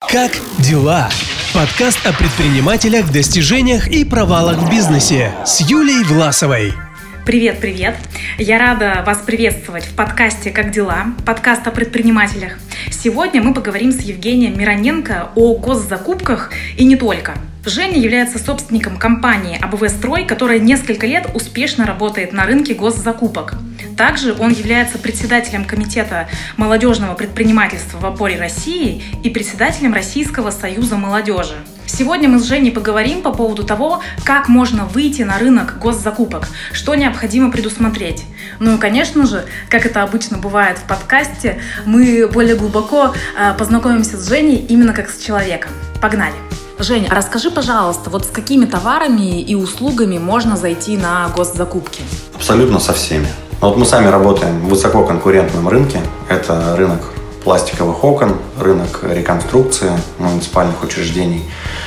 Как дела? Подкаст о предпринимателях, достижениях и провалах в бизнесе с Юлией Власовой. Привет! Я рада вас приветствовать в подкасте «Как дела?», подкаст о предпринимателях. Сегодня мы поговорим с Евгением Мироненко о госзакупках и не только. Женя является собственником компании АБВ Строй, которая несколько лет успешно работает на рынке госзакупок. Также он является председателем комитета молодежного предпринимательства в опоре России и председателем Российского союза молодежи. Сегодня мы с Женей поговорим по поводу того, как можно выйти на рынок госзакупок, что необходимо предусмотреть. Ну и, конечно же, как это обычно бывает в подкасте, мы более глубоко познакомимся с Женей именно как с человеком. Погнали! Женя, расскажи, пожалуйста, вот с какими товарами и услугами можно зайти на госзакупки? Абсолютно со всеми. Вот мы сами работаем в высококонкурентном рынке. Это рынок пластиковых окон, рынок реконструкции муниципальных учреждений.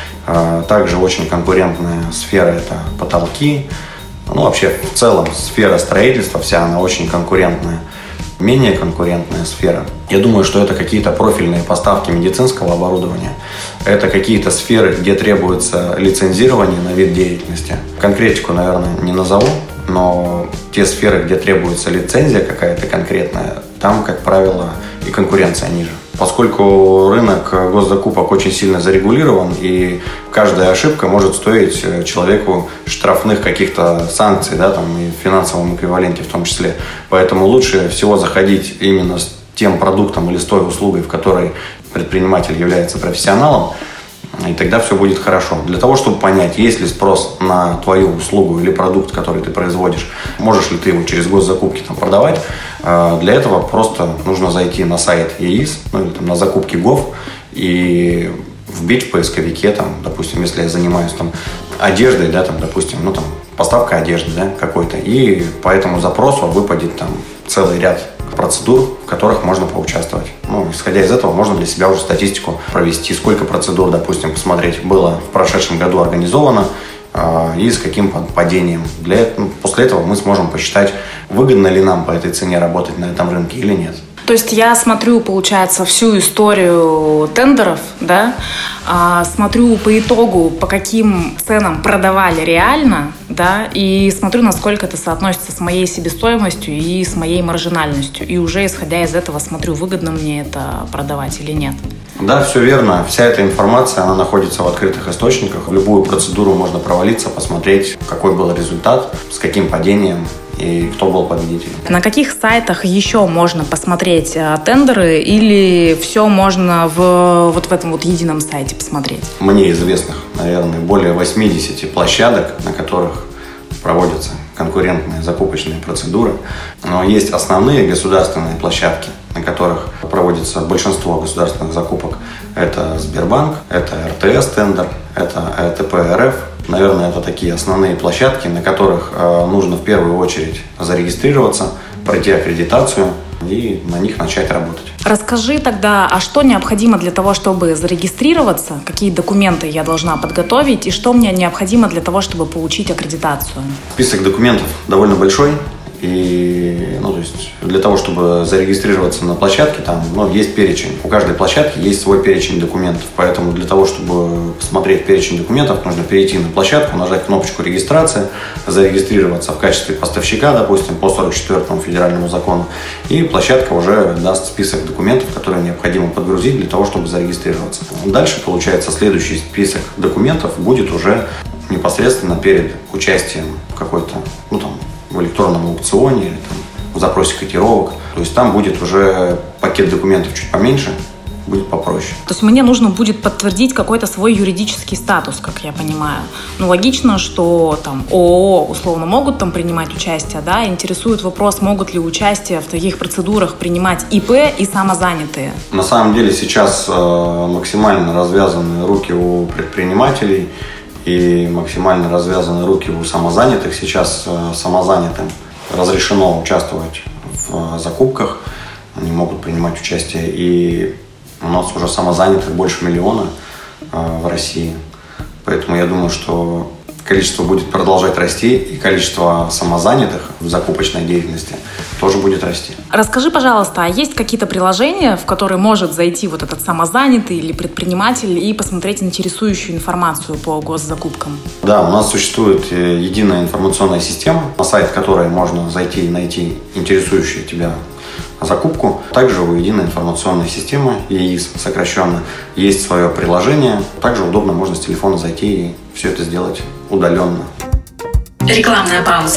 Также очень конкурентная сфера – это потолки. Вообще, в целом, сфера строительства вся, она очень конкурентная. Менее конкурентная сфера. Я думаю, что это какие-то профильные поставки медицинского оборудования. Это какие-то сферы, где требуется лицензирование на вид деятельности. Конкретику, наверное, не назову, но те сферы, где требуется лицензия какая-то конкретная, там, как правило, и конкуренция ниже. Поскольку рынок госзакупок очень сильно зарегулирован, и каждая ошибка может стоить человеку штрафных каких-то санкций, и в финансовом эквиваленте в том числе. Поэтому лучше всего заходить именно с тем продуктом или с той услугой, в которой предприниматель является профессионалом, и тогда все будет хорошо. Для того, чтобы понять, есть ли спрос на твою услугу или продукт, который ты производишь, можешь ли ты его через госзакупки продавать, для этого просто нужно зайти на сайт ЕИС, или на закупки ГОВ и вбить в поисковике, допустим, если я занимаюсь одеждой, допустим, поставка одежды, какой-то, и по этому запросу выпадет целый ряд процедур, в которых можно поучаствовать. Исходя из этого, можно для себя уже статистику провести, сколько процедур, допустим, посмотреть, было в прошедшем году организовано и с каким падением. После этого мы сможем посчитать, выгодно ли нам по этой цене работать на этом рынке или нет. То есть я смотрю, получается, всю историю тендеров, смотрю по итогу, по каким ценам продавали реально, и смотрю, насколько это соотносится с моей себестоимостью и с моей маржинальностью. И уже исходя из этого смотрю, выгодно мне это продавать или нет. Да, все верно. Вся эта информация, она находится в открытых источниках. В любую процедуру можно провалиться, посмотреть, какой был результат, с каким падением и кто был победителем. На каких сайтах еще можно посмотреть тендеры или все можно в этом едином сайте посмотреть? Мне известных, наверное, более 80 площадок, на которых проводятся конкурентные закупочные процедуры. Но есть основные государственные площадки, на которых проводится большинство государственных закупок. Это Сбербанк, это РТС-тендер, это ЭТП РФ. Наверное, это такие основные площадки, на которых нужно в первую очередь зарегистрироваться, пройти аккредитацию и на них начать работать. Расскажи тогда, а что необходимо для того, чтобы зарегистрироваться, какие документы я должна подготовить и что мне необходимо для того, чтобы получить аккредитацию? Список документов довольно большой. И, для того, чтобы зарегистрироваться на площадке, есть перечень. У каждой площадки есть свой перечень документов. Поэтому для того, чтобы посмотреть перечень документов, нужно перейти на площадку, нажать кнопочку «Регистрация», зарегистрироваться в качестве поставщика, допустим, по 44-му федеральному закону. И площадка уже даст список документов, которые необходимо подгрузить для того, чтобы зарегистрироваться. Дальше, получается, следующий список документов будет уже непосредственно перед участием в какой-то, в электронном аукционе или в запросе котировок. То есть там будет уже пакет документов чуть поменьше, будет попроще. То есть мне нужно будет подтвердить какой-то свой юридический статус, как я понимаю. Логично, что ООО условно могут принимать участие, Интересует вопрос, могут ли участие в таких процедурах принимать ИП и самозанятые. На самом деле сейчас максимально развязаны руки у предпринимателей и максимально развязаны руки у самозанятых. Сейчас самозанятым разрешено участвовать в закупках, они могут принимать участие, и у нас уже самозанятых больше 1 миллиона в России. Поэтому я думаю, что количество будет продолжать расти, и количество самозанятых в закупочной деятельности тоже будет расти. Расскажи, пожалуйста, а есть какие-то приложения, в которые может зайти вот этот самозанятый или предприниматель и посмотреть интересующую информацию по госзакупкам? Да, у нас существует единая информационная система, на сайт которой можно зайти и найти интересующую тебя закупку. Также у единой информационной системы, ЕИС сокращенно, есть свое приложение. Также удобно, можно с телефона зайти и все это сделать удаленно. Рекламная пауза.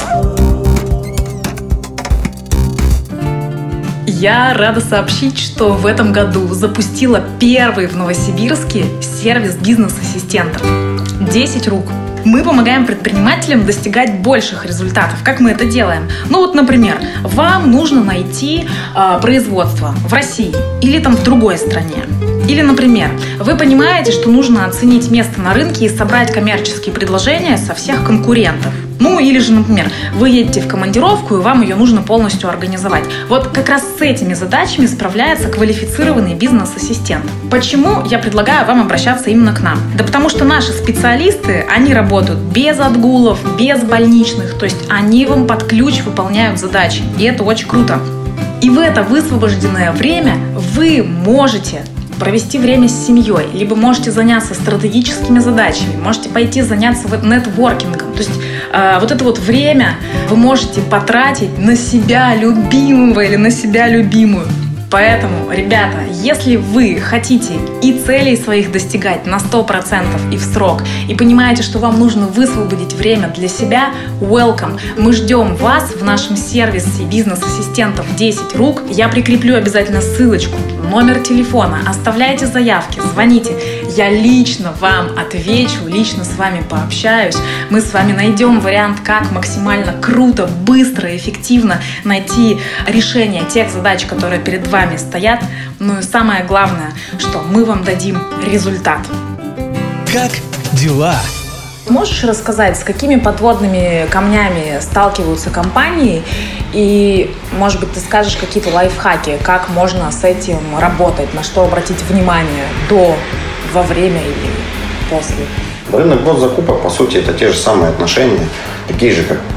Я рада сообщить, что в этом году запустила первый в Новосибирске сервис бизнес-ассистентов. 10 рук. Мы помогаем предпринимателям достигать больших результатов. Как мы это делаем? Ну вот, например, вам нужно найти производство в России или там в другой стране. Или, например, вы понимаете, что нужно оценить место на рынке и собрать коммерческие предложения со всех конкурентов. Ну, или же, например, вы едете в командировку, и вам ее нужно полностью организовать. Вот как раз с этими задачами справляется квалифицированный бизнес-ассистент. Почему я предлагаю вам обращаться именно к нам? Да потому что наши специалисты, они работают без отгулов, без больничных, то есть они вам под ключ выполняют задачи, и это очень круто. И в это высвобожденное время вы можете провести время с семьей, либо можете заняться стратегическими задачами, можете пойти заняться нетворкингом. То есть вот это вот время вы можете потратить на себя любимого или на себя любимую. Поэтому, ребята, если вы хотите и целей своих достигать на 100% и в срок, и понимаете, что вам нужно высвободить время для себя, welcome! Мы ждем вас в нашем сервисе бизнес-ассистентов 10 рук. Я прикреплю обязательно ссылочку, номер телефона. Оставляйте заявки, звоните. Я лично вам отвечу, лично с вами пообщаюсь. Мы с вами найдем вариант, как максимально круто, быстро и эффективно найти решение тех задач, которые перед вами стоят. Ну и самое главное, что мы вам дадим результат. Как дела? Можешь рассказать, с какими подводными камнями сталкиваются компании? И, может быть, ты скажешь какие-то лайфхаки, как можно с этим работать, на что обратить внимание до, во время или после? Рынок госзакупок, по сути, это те же самые отношения, такие же, как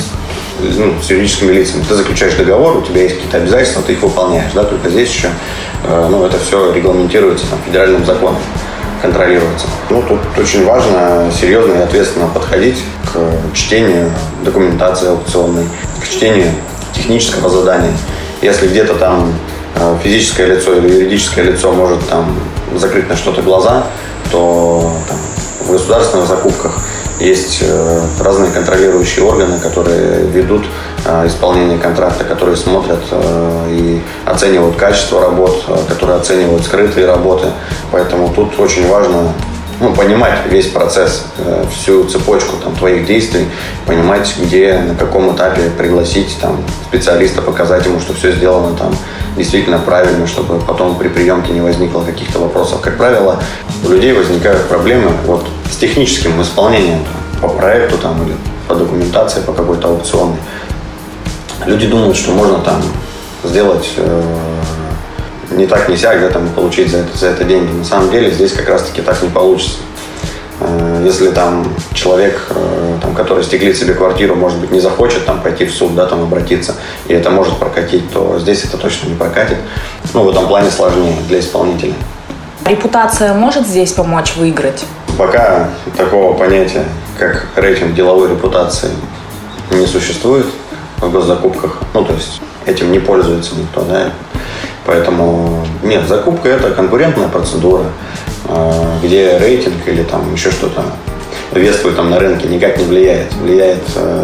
с юридическими лицами. Ты заключаешь договор, у тебя есть какие-то обязательства, ты их выполняешь, да, только здесь еще это все регламентируется федеральным законом, контролируется. Тут очень важно серьезно и ответственно подходить к чтению документации аукционной, к чтению технического задания. Если где-то там физическое лицо или юридическое лицо может закрыть на что-то глаза, то в государственных закупках есть разные контролирующие органы, которые ведут исполнение контракта, которые смотрят и оценивают качество работ, которые оценивают скрытые работы. Поэтому тут очень важно понимать весь процесс, всю цепочку твоих действий, понимать, где, на каком этапе пригласить специалиста, показать ему, что все сделано действительно правильно, чтобы потом при приемке не возникло каких-то вопросов. Как правило, у людей возникают проблемы с техническим исполнением по проекту или по документации, по какой-то аукционной. Люди думают, что можно сделать не так, не сяк, получить за это деньги. На самом деле здесь как раз-таки так не получится. Если человек, который стеклит себе квартиру, может быть, не захочет пойти в суд, обратиться, и это может прокатить, то здесь это точно не прокатит. В этом плане сложнее для исполнителя. Репутация может здесь помочь выиграть? Пока такого понятия, как рейтинг деловой репутации, не существует в госзакупках. То есть этим не пользуется никто, да. Поэтому нет, закупка – это конкурентная процедура, где рейтинг или еще что-то вествует на рынке никак не влияет. Влияет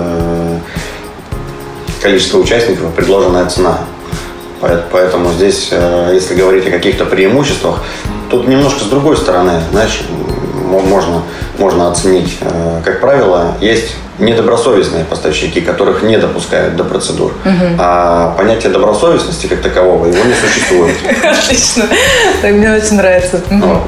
количество участников, предложенная цена. Поэтому здесь, если говорить о каких-то преимуществах, тут немножко с другой стороны, можно оценить. Как правило, есть недобросовестные поставщики, которых не допускают до процедур. А понятие добросовестности как такового его не существует. Отлично. Так мне очень нравится.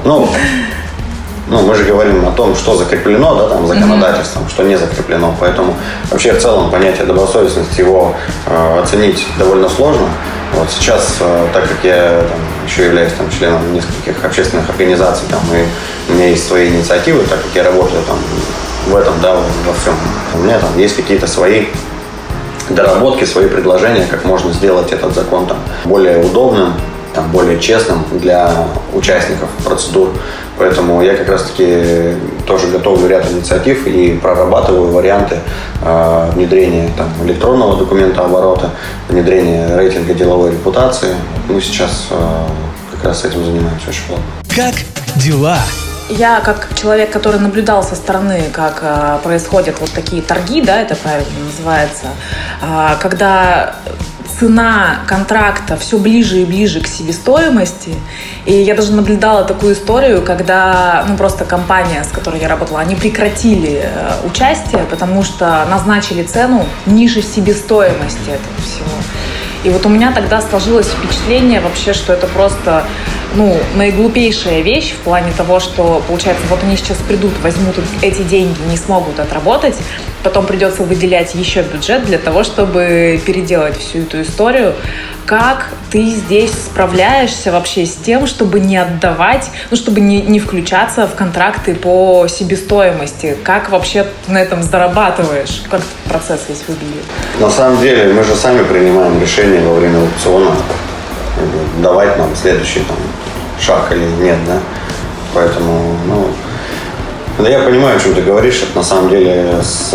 Мы же говорим о том, что закреплено, законодательством, что не закреплено. Поэтому вообще в целом понятие добросовестности его оценить довольно сложно. Сейчас, так как я еще являюсь членом нескольких общественных организаций, и у меня есть свои инициативы, так как я работаю в этом, да, во всем. У меня там есть какие-то свои доработки, свои предложения, как можно сделать этот закон там более удобным, там, более честным для участников процедур. Поэтому я как раз-таки тоже готовлю ряд инициатив и прорабатываю варианты внедрения там, электронного документооборота, внедрения рейтинга деловой репутации. Мы сейчас как раз этим занимаемся очень плотно. Как дела? Я как человек, который наблюдал со стороны, как происходят вот такие торги, да, это правильно называется, когда цена контракта все ближе и ближе к себестоимости. И я даже наблюдала такую историю, когда просто компания, с которой я работала, они прекратили участие, потому что назначили цену ниже себестоимости этого всего. И вот у меня тогда сложилось впечатление вообще, что это просто наиглупейшая вещь в плане того, что, получается, вот они сейчас придут, возьмут эти деньги, не смогут отработать, потом придется выделять еще бюджет для того, чтобы переделать всю эту историю. Как ты здесь справляешься вообще с тем, чтобы не отдавать, чтобы не включаться в контракты по себестоимости? Как вообще ты на этом зарабатываешь? Как этот процесс весь выглядит? На самом деле мы же сами принимаем решение во время аукциона, давать нам следующий шаг или нет, да? Поэтому, я понимаю, о чем ты говоришь. Это на самом деле с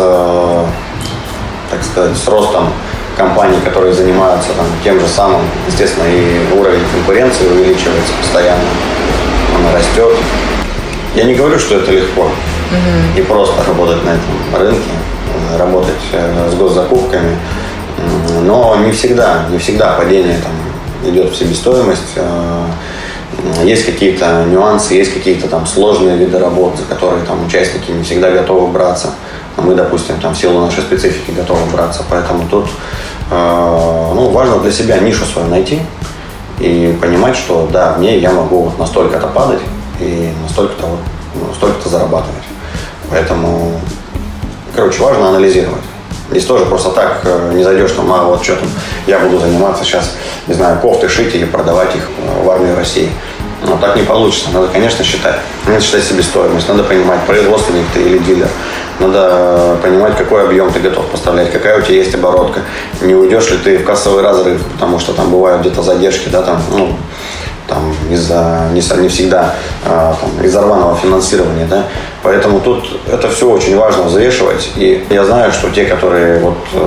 ростом компаний, которые занимаются тем же самым, естественно, и уровень конкуренции увеличивается постоянно, он растет. Я не говорю, что это легко, не просто работать на этом рынке, работать с госзакупками, но не всегда падение идет в себестоимость. Есть какие-то нюансы, есть какие-то сложные виды работ, за которые участники не всегда готовы браться. Мы, допустим, в силу нашей специфики готовы браться. Поэтому тут важно для себя нишу свою найти и понимать, что да, в ней я могу настолько-то падать и столько-то зарабатывать. Поэтому, важно анализировать. Здесь тоже просто так не зайдешь, я буду заниматься сейчас, не знаю, кофты шить или продавать их в армию России. Но так не получится. Надо, конечно, считать. Надо считать себестоимость, надо понимать, производственник ты или дилер. Надо понимать, какой объем ты готов поставлять, какая у тебя есть оборотка. Не уйдешь ли ты в кассовый разрыв, потому что там бывают где-то задержки, да, из-за не всегда из-за рваного финансирования, да. Поэтому тут это все очень важно взвешивать. И я знаю, что те, которые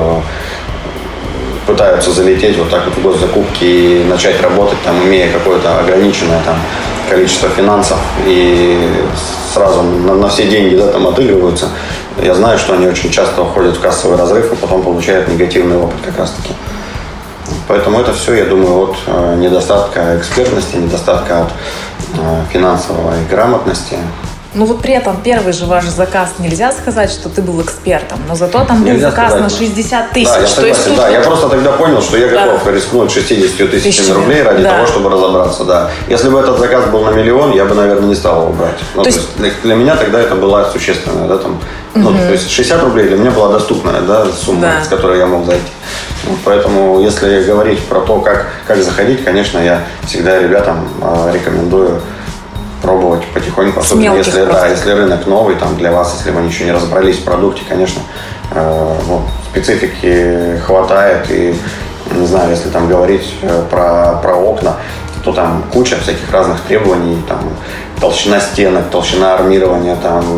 пытаются залететь в госзакупки и начать работать, имея какое-то ограниченное количество финансов и сразу на все деньги отыгрываются, я знаю, что они очень часто уходят в кассовый разрыв и потом получают негативный опыт как раз-таки. Поэтому это все, я думаю, от недостатка экспертности, недостатка от финансовой грамотности. При этом первый же ваш заказ нельзя сказать, что ты был экспертом, но зато там был заказ на 60 тысяч. Да, я согласен, я просто тогда понял, что я готов рискнуть 60 тысячами рублей ради того, чтобы разобраться, да. Если бы этот заказ был на 1 миллион, я бы, наверное, не стал его брать. То есть для меня тогда это была существенная, да, то есть 60 рублей для меня была доступная, да, сумма, с которой я мог зайти. Поэтому, если говорить про то, как заходить, конечно, я всегда ребятам рекомендую пробовать потихоньку, особенно если рынок новый для вас, если вы еще не разобрались в продукте, конечно, специфики хватает. И, не знаю, если говорить про окна, то там куча всяких разных требований, толщина стенок, толщина армирования,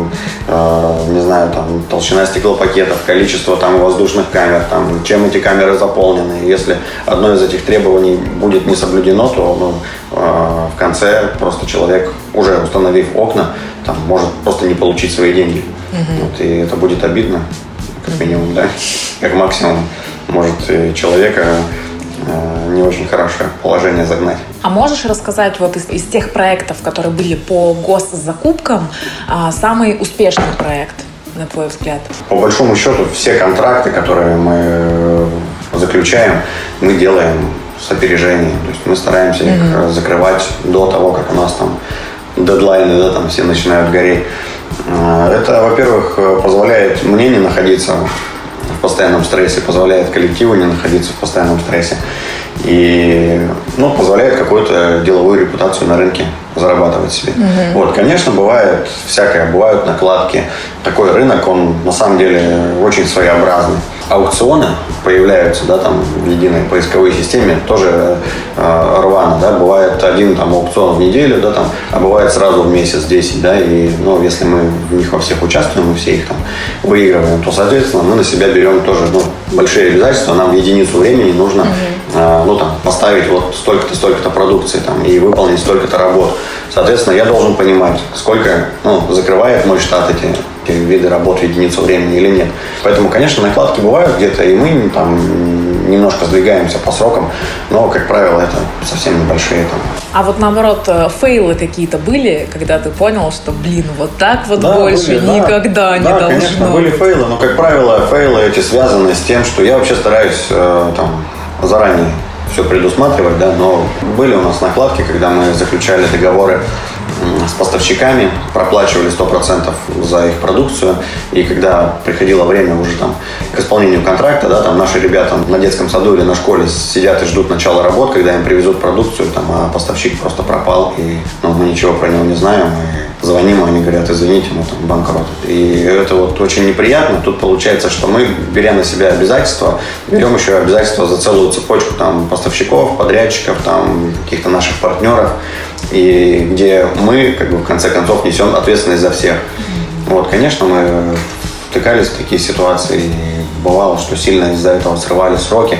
не знаю, толщина стеклопакетов, количество воздушных камер, чем эти камеры заполнены. Если одно из этих требований будет не соблюдено, то в конце просто человек, уже установив окна, может просто не получить свои деньги. И это будет обидно, как минимум, да, как максимум может человека не очень хорошее положение загнать. А можешь рассказать из тех проектов, которые были по госзакупкам, самый успешный проект, на твой взгляд? По большому счету, все контракты, которые мы заключаем, мы делаем с опережением. То есть мы стараемся их закрывать до того, как у нас дедлайны, все начинают гореть. Это, во-первых, позволяет мне не находиться в постоянном стрессе, позволяет коллективу не находиться в постоянном стрессе и позволяет какую-то деловую репутацию на рынке зарабатывать себе. Вот, конечно, бывает всякое, бывают накладки. Такой рынок, он на самом деле очень своеобразный. Аукционы появляются, да, там в единой поисковой системе, тоже рвано, да, бывает один там аукцион в неделю, да, там, а бывает сразу в месяц 10, да, и, ну, если мы в них во всех участвуем, мы все их там выигрываем, то, соответственно, мы на себя берем тоже, ну, большие обязательства, нам в единицу времени нужно, ну, там, поставить вот столько-то продукции, там, и выполнить столько-то работ. Соответственно, я должен понимать, сколько, ну, закрывает мой штат эти виды работ в единицу времени или нет. Поэтому, конечно, накладки бывают где-то, и мы там немножко сдвигаемся по срокам, но, как правило, это совсем небольшие там. А вот наоборот, фейлы какие-то были, когда ты понял, что, блин, вот так вот да, больше были, никогда не должно. Да, конечно, были фейлы, но, как правило, фейлы эти связаны с тем, что я вообще стараюсь там заранее все предусматривать, да, но были у нас накладки, когда мы заключали договоры с поставщиками, проплачивали 100% за их продукцию, и когда приходило время уже там к исполнению контракта, да, там наши ребята на детском саду или на школе сидят и ждут начала работ, когда им привезут продукцию, там, а поставщик просто пропал, и ну, мы ничего про него не знаем, и звоним, они говорят, извините, мы там банкрот. И это вот очень неприятно. Тут получается, что мы, беря на себя обязательства, берем еще обязательства за целую цепочку там поставщиков, подрядчиков, там каких-то наших партнеров, и где мы, как бы, в конце концов, несем ответственность за всех. Вот, конечно, мы втыкались в такие ситуации, и бывало, что сильно из-за этого срывали сроки,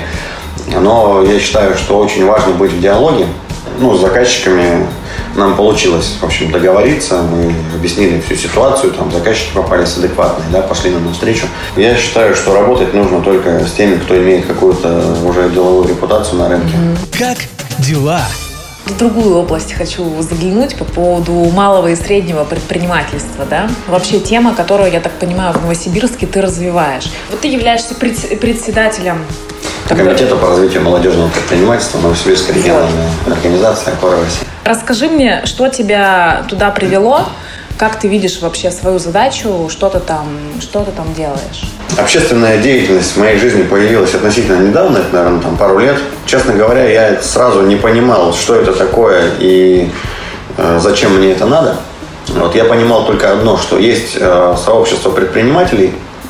но я считаю, что очень важно быть в диалоге. Ну, с заказчиками нам получилось, в общем, договориться, мы объяснили всю ситуацию, там заказчики попались адекватные, да, пошли нам навстречу. Я считаю, что работать нужно только с теми, кто имеет какую-то уже деловую репутацию на рынке. Как дела? В другую область хочу заглянуть по поводу малого и среднего предпринимательства, да? Вообще тема, которую, я так понимаю, в Новосибирске ты развиваешь. Вот ты являешься председателем Комитета по развитию молодежного предпринимательства Новосибирской региональной организации «Опора России». Расскажи мне, что тебя туда привело, как ты видишь вообще свою задачу, что ты там делаешь? Общественная деятельность в моей жизни появилась относительно недавно, это, наверное, там, пару лет. Честно говоря, я сразу не понимал, что это такое и зачем мне это надо. Вот, я понимал только одно, что есть сообщество предпринимателей,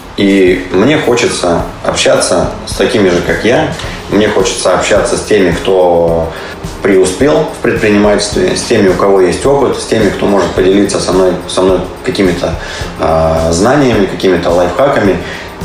и мне хочется общаться с такими же, как я. Мне хочется общаться с теми, кто преуспел в предпринимательстве, с теми, у кого есть опыт, с теми, кто может поделиться со мной какими-то знаниями, какими-то лайфхаками.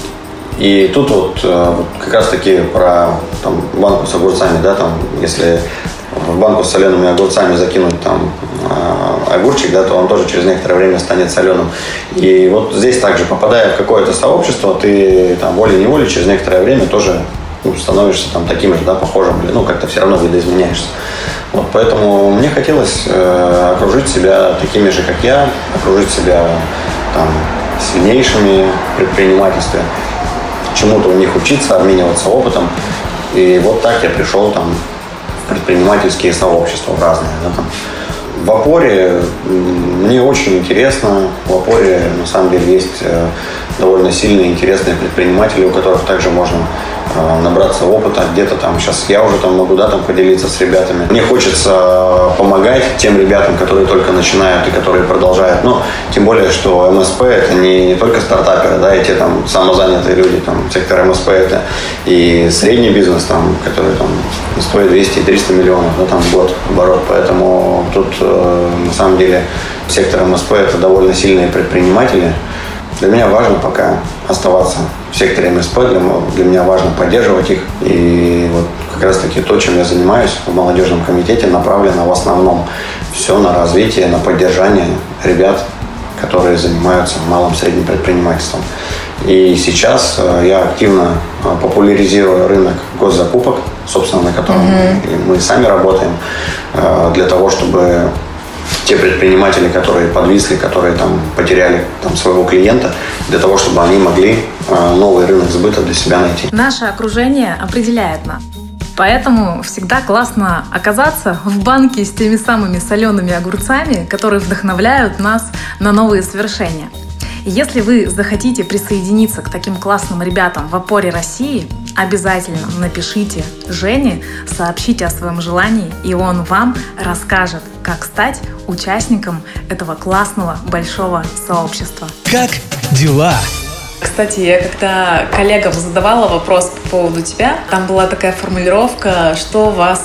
И тут вот как раз-таки про там, банку с огурцами, да, там, если в банку с солеными огурцами закинуть там огурчик, да, то он тоже через некоторое время станет соленым. И вот здесь также, попадая в какое-то сообщество, ты там волей-неволей через некоторое время тоже становишься там таким же, да, похожим, ну, как-то все равно видоизменяешься. Вот, поэтому мне хотелось окружить себя такими же, как я, окружить себя там сильнейшими в предпринимательстве, чему-то у них учиться, обмениваться опытом. И вот так я пришел там в предпринимательские сообщества разные, да, там. В Опоре мне очень интересно. В Опоре на самом деле есть довольно сильные, интересные предприниматели, у которых также можно набраться опыта. Где-то там сейчас я уже там могу, да, там поделиться с ребятами. Мне хочется помогать тем ребятам, которые только начинают и которые продолжают. Ну, тем более, что МСП это не только стартаперы, да, и те там самозанятые люди, там сектор МСП это и средний бизнес, там, который там стоит 200 и 300 миллионов, да, там в год оборот. Поэтому тут на самом деле сектор МСП это довольно сильные предприниматели. Для меня важно пока оставаться в секторе МСП, для меня важно поддерживать их. И вот как раз-таки то, чем я занимаюсь в молодежном комитете, направлено в основном все на развитие, на поддержание ребят, которые занимаются малым и средним предпринимательством. И сейчас я активно популяризирую рынок госзакупок, собственно, на котором мы сами работаем, для того, чтобы те предприниматели, которые подвисли, которые там потеряли там своего клиента, для того, чтобы они могли новый рынок сбыта для себя найти. Наше окружение определяет нас. Поэтому всегда классно оказаться в банке с теми самыми солеными огурцами, которые вдохновляют нас на новые свершения. Если вы захотите присоединиться к таким классным ребятам в «Опоре России», обязательно напишите Жене, сообщите о своем желании, и он вам расскажет, как стать участником этого классного большого сообщества. Как дела? Кстати, я когда коллегам задавала вопрос по поводу тебя, там была такая формулировка, что вас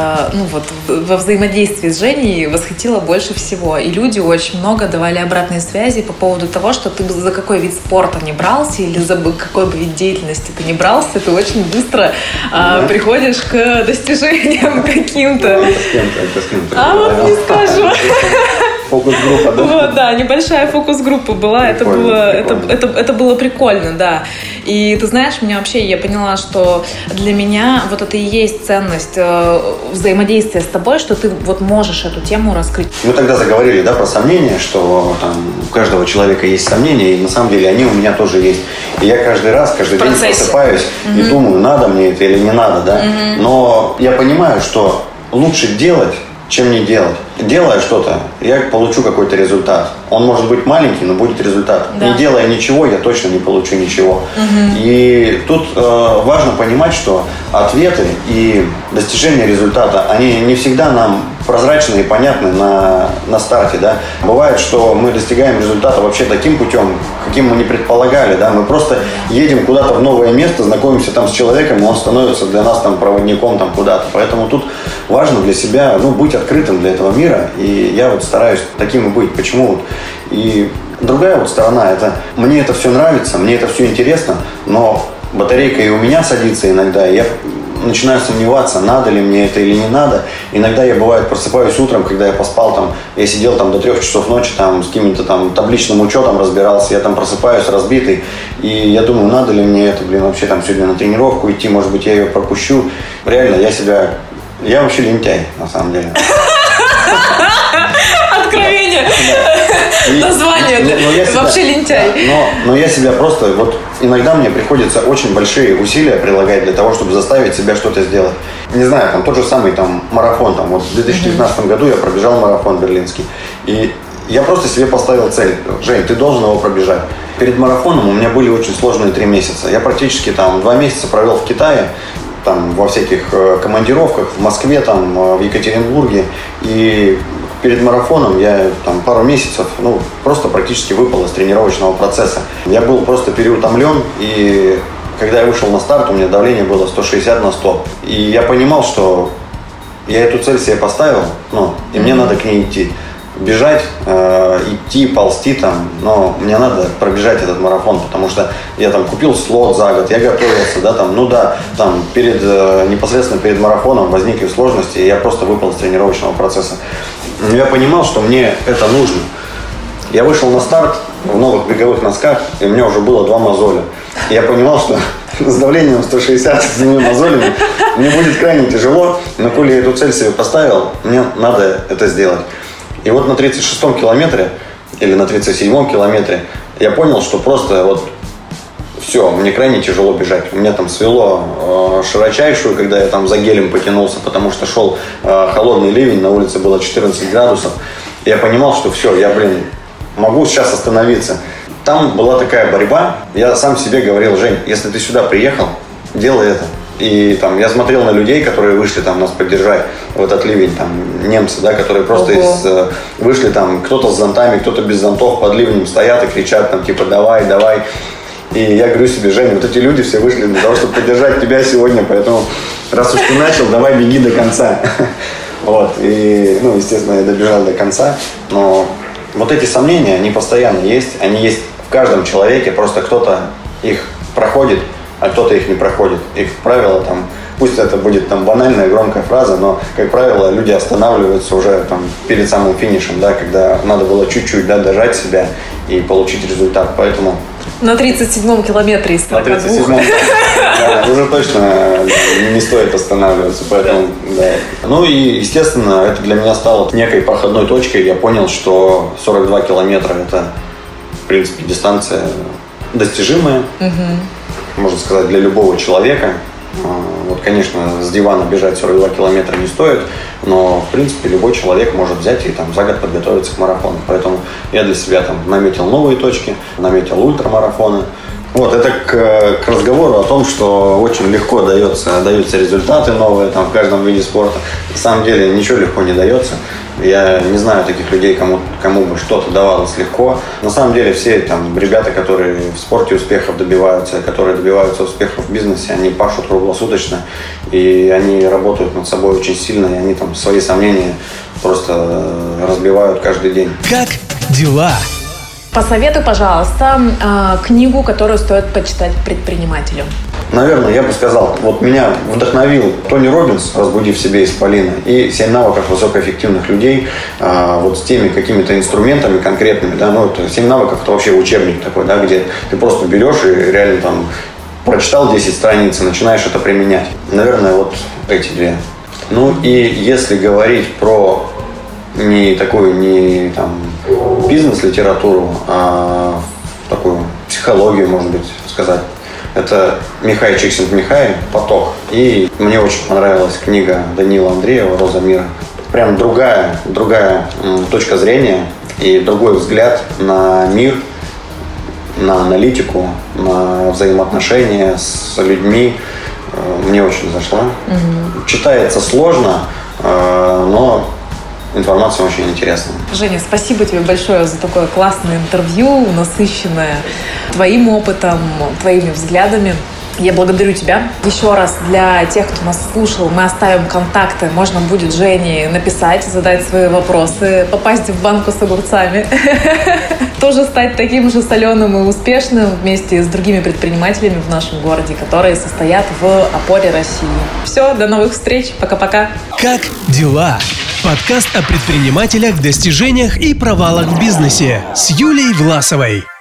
во взаимодействии с Женей восхитило больше всего. И люди очень много давали обратной связи по поводу того, что ты за какой вид спорта не брался или за какой бы вид деятельности ты не брался, ты очень быстро приходишь к достижениям каким-то. Это с кем-то. Вот не скажу. Фокус-группа, да? Вот, да, небольшая фокус-группа была. Прикольно. Это было прикольно, да. И ты знаешь, я поняла, что для меня вот это и есть ценность взаимодействия с тобой, что ты вот можешь эту тему раскрыть. Мы тогда заговорили, да, про сомнения, что там у каждого человека есть сомнения, и на самом деле они у меня тоже есть. И я каждый день просыпаюсь и думаю, надо мне это или не надо, да. Но я понимаю, что лучше делать, чем не делать. Делая что-то, я получу какой-то результат. Он может быть маленький, но будет результат. Да. Не делая ничего, я точно не получу ничего. И тут важно понимать, что ответы и достижение результата, они не всегда нам прозрачны и понятны на старте. Да? Бывает, что мы достигаем результата вообще таким путем, каким мы не предполагали. Да? Мы просто едем куда-то в новое место, знакомимся там с человеком, и он становится для нас там проводником там куда-то. Поэтому тут важно для себя быть открытым для этого мира. И я вот стараюсь таким и быть. Почему? И другая вот сторона, это мне это все нравится, мне это все интересно, но батарейка и у меня садится иногда, и я начинаю сомневаться, надо ли мне это или не надо. Иногда я, бывает, просыпаюсь утром, когда я поспал, там, я сидел там до 3 часов ночи, там, с каким-то там табличным учетом разбирался, я там просыпаюсь разбитый, и я думаю, надо ли мне это, вообще там сегодня на тренировку идти, может быть, я ее пропущу. Реально, я вообще лентяй, на самом деле. Откровение. Название. Вообще лентяй. Но я себя просто, иногда мне приходится очень большие усилия прилагать для того, чтобы заставить себя что-то сделать. Не знаю, там тот же самый там марафон, там в 2019 году я пробежал марафон берлинский. И я просто себе поставил цель. Жень, ты должен его пробежать. Перед марафоном у меня были очень сложные 3 месяца. Я практически там 2 месяца провел в Китае, там во всяких командировках, в Москве, там, в Екатеринбурге. И перед марафоном я там пару месяцев, просто практически выпал из тренировочного процесса. Я был просто переутомлен, и когда я вышел на старт, у меня давление было 160/100. И я понимал, что я эту цель себе поставил, и мне надо к ней идти. Бежать, идти, ползти там, но мне надо пробежать этот марафон, потому что я там купил слот за год, я готовился, да, там, непосредственно перед марафоном возникли сложности, и я просто выпал из тренировочного процесса. Но я понимал, что мне это нужно. Я вышел на старт в новых беговых носках, и у меня уже было 2 мозоля. И я понимал, что с давлением 160 с 2 мозолями мне будет крайне тяжело, но коли я эту цель себе поставил, мне надо это сделать. И вот на 36-м километре или на 37-м километре я понял, что просто все, мне крайне тяжело бежать. У меня там свело широчайшую, когда я там за гелем потянулся, потому что шел холодный ливень, на улице было 14 градусов. И я понимал, что все, я, могу сейчас остановиться. Там была такая борьба, я сам себе говорил, Жень, если ты сюда приехал, делай это. И там я смотрел на людей, которые вышли там нас поддержать в этот ливень, там немцы, да, которые просто вышли там, кто-то с зонтами, кто-то без зонтов, под ливнем стоят и кричат там типа давай, давай. И я говорю себе, Женя, вот эти люди все вышли для того, чтобы поддержать тебя сегодня, поэтому раз уж ты начал, давай беги до конца. Вот, и, естественно, я добежал до конца, но вот эти сомнения, они постоянно есть, они есть в каждом человеке, просто кто-то их проходит, а кто-то их не проходит. И, как правило, там, пусть это будет там банальная, громкая фраза, но, как правило, люди останавливаются уже там перед самым финишем, да, когда надо было чуть-чуть, да, дожать себя и получить результат. Поэтому на 37-м километре из 40. На 37-м, да, уже точно не стоит останавливаться, поэтому, да. И, естественно, это для меня стало некой проходной точкой. Я понял, что 42 километра – это, в принципе, дистанция достижимая, можно сказать, для любого человека. конечно, с дивана бежать 42 километра не стоит, но, в принципе, любой человек может взять и за год подготовиться к марафону. Поэтому я для себя наметил новые точки, наметил ультрамарафоны. Это к разговору о том, что очень легко даются результаты новые в каждом виде спорта. На самом деле ничего легко не дается. Я не знаю таких людей, кому бы что-то давалось легко. На самом деле все ребята, которые в спорте успехов добиваются, которые добиваются успехов в бизнесе, они пашут круглосуточно, и они работают над собой очень сильно, и они свои сомнения просто разбивают каждый день. Как дела? Посоветуй, пожалуйста, книгу, которую стоит почитать предпринимателю. Наверное, я бы сказал, меня вдохновил Тони Роббинс, «Разбуди в себе исполина», и 7 навыков высокоэффективных людей с теми какими-то инструментами конкретными. Это 7 навыков, это вообще учебник такой, где ты просто берешь и реально прочитал 10 страниц и начинаешь это применять. Наверное, эти две. И если говорить про не бизнес-литературу, а такую психологию, может быть, сказать. Это Михай Чиксент-Михай «Поток». И мне очень понравилась книга Даниила Андреева «Роза мира». Прям другая точка зрения и другой взгляд на мир, на аналитику, на взаимоотношения с людьми. Мне очень зашла. Читается сложно, но информация очень интересная. Женя, спасибо тебе большое за такое классное интервью, насыщенное твоим опытом, твоими взглядами. Я благодарю тебя. Еще раз для тех, кто нас слушал, мы оставим контакты. Можно будет Жене написать, задать свои вопросы, попасть в банку с огурцами. Тоже стать таким же соленым и успешным вместе с другими предпринимателями в нашем городе, которые состоят в опоре России. Все, до новых встреч. Пока-пока. Как дела? Подкаст о предпринимателях, достижениях и провалах в бизнесе с Юлией Власовой.